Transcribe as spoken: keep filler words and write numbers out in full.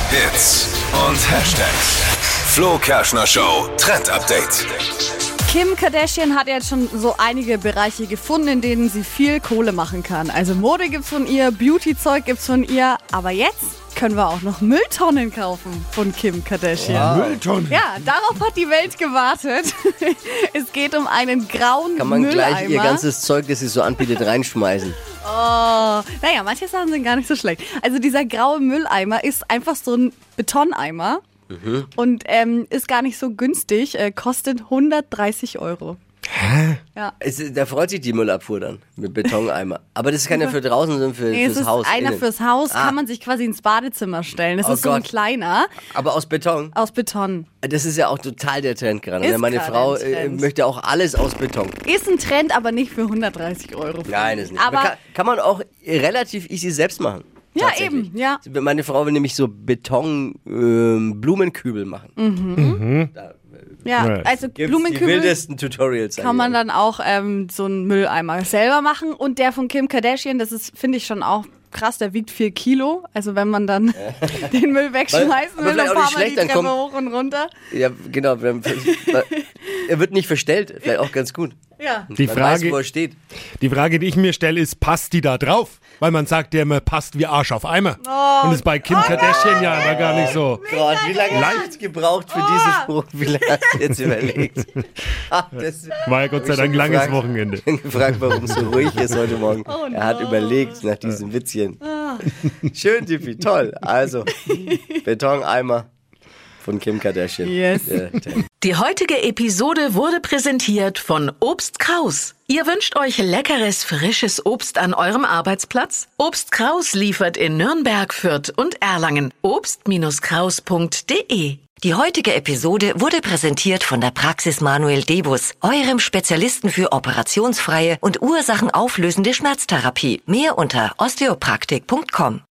Hits und Hashtags. Flo Kerschner Show Trend Update. Kim Kardashian hat jetzt schon so einige Bereiche gefunden, in denen sie viel Kohle machen kann. Also Mode gibt's von ihr, Beauty-Zeug gibt's von ihr, aber jetzt können wir auch noch Mülltonnen kaufen von Kim Kardashian. Wow. Mülltonnen? Ja, darauf hat die Welt gewartet. Es geht um einen grauen Kann man Mülleimer. gleich ihr ganzes Zeug, das sie so anbietet, reinschmeißen. Oh, naja, manche Sachen sind gar nicht so schlecht. Also dieser graue Mülleimer ist einfach so ein Betoneimer. Mhm. Und ähm, ist gar nicht so günstig, äh, kostet hundertdreißig Euro. Hä? Ja. Es, da freut sich die Müllabfuhr dann mit Betoneimer. Aber das ist keiner für draußen, sondern für, Nee, es fürs ist Haus. einer innen. fürs Haus, Ah. kann man sich quasi ins Badezimmer stellen. Das Oh ist so ein Gott. kleiner Aber aus Beton. aus Beton. Das ist ja auch total der Trend gerade. Ist Ja, meine gerade Frau ein äh, Trend. möchte auch alles aus Beton. Ist ein Trend, aber nicht für hundertdreißig Euro. Nein, ist nicht. Aber kann, kann man auch relativ easy selbst machen. Ja, Tatsächlich. eben, ja. Meine Frau will nämlich so Beton-Blumenkübel machen. Mhm. Da ja, Ja. also gibt's die Blumenkübel wildesten Tutorials. kann man eigentlich. dann auch ähm, so einen Mülleimer selber machen. Und der von Kim Kardashian, das ist, finde ich schon auch krass, der wiegt vier Kilo. Also wenn man dann den Müll wegschmeißen Aber will, vielleicht dann auch fahren nicht wir die schlecht, dann Treppe kommt- hoch und runter. Ja, genau. wenn- Er wird nicht verstellt. Vielleicht auch ganz gut. Ja. Die Man weiß, Frage, wo er steht. die Frage, die ich mir stelle, ist, passt die da drauf? Weil man sagt ja immer, passt wie Arsch auf Eimer. Und ist bei Kim Kardashian ja aber gar nicht so. Gott, wie lange Leicht. hast du gebraucht für diesen Spruch? Wie lange hast du jetzt überlegt? Ah, das War ja Gott sei hab ich Dank schon langes gefragt. Wochenende. Ich bin gefragt, warum es so ruhig ist heute Morgen. Oh er hat no. überlegt nach diesem Witzchen. Schön, Tippi, toll. Also, Betoneimer von Kim Kardashian. Yes. Der Trend. Die heutige Episode wurde präsentiert von Obst Kraus. Ihr wünscht euch leckeres, frisches Obst an eurem Arbeitsplatz? Obst Kraus liefert in Nürnberg, Fürth und Erlangen. obst Kraus punkt de. Die heutige Episode wurde präsentiert von der Praxis Manuel Debus, eurem Spezialisten für operationsfreie und ursachenauflösende Schmerztherapie. Mehr unter osteopraktik punkt com.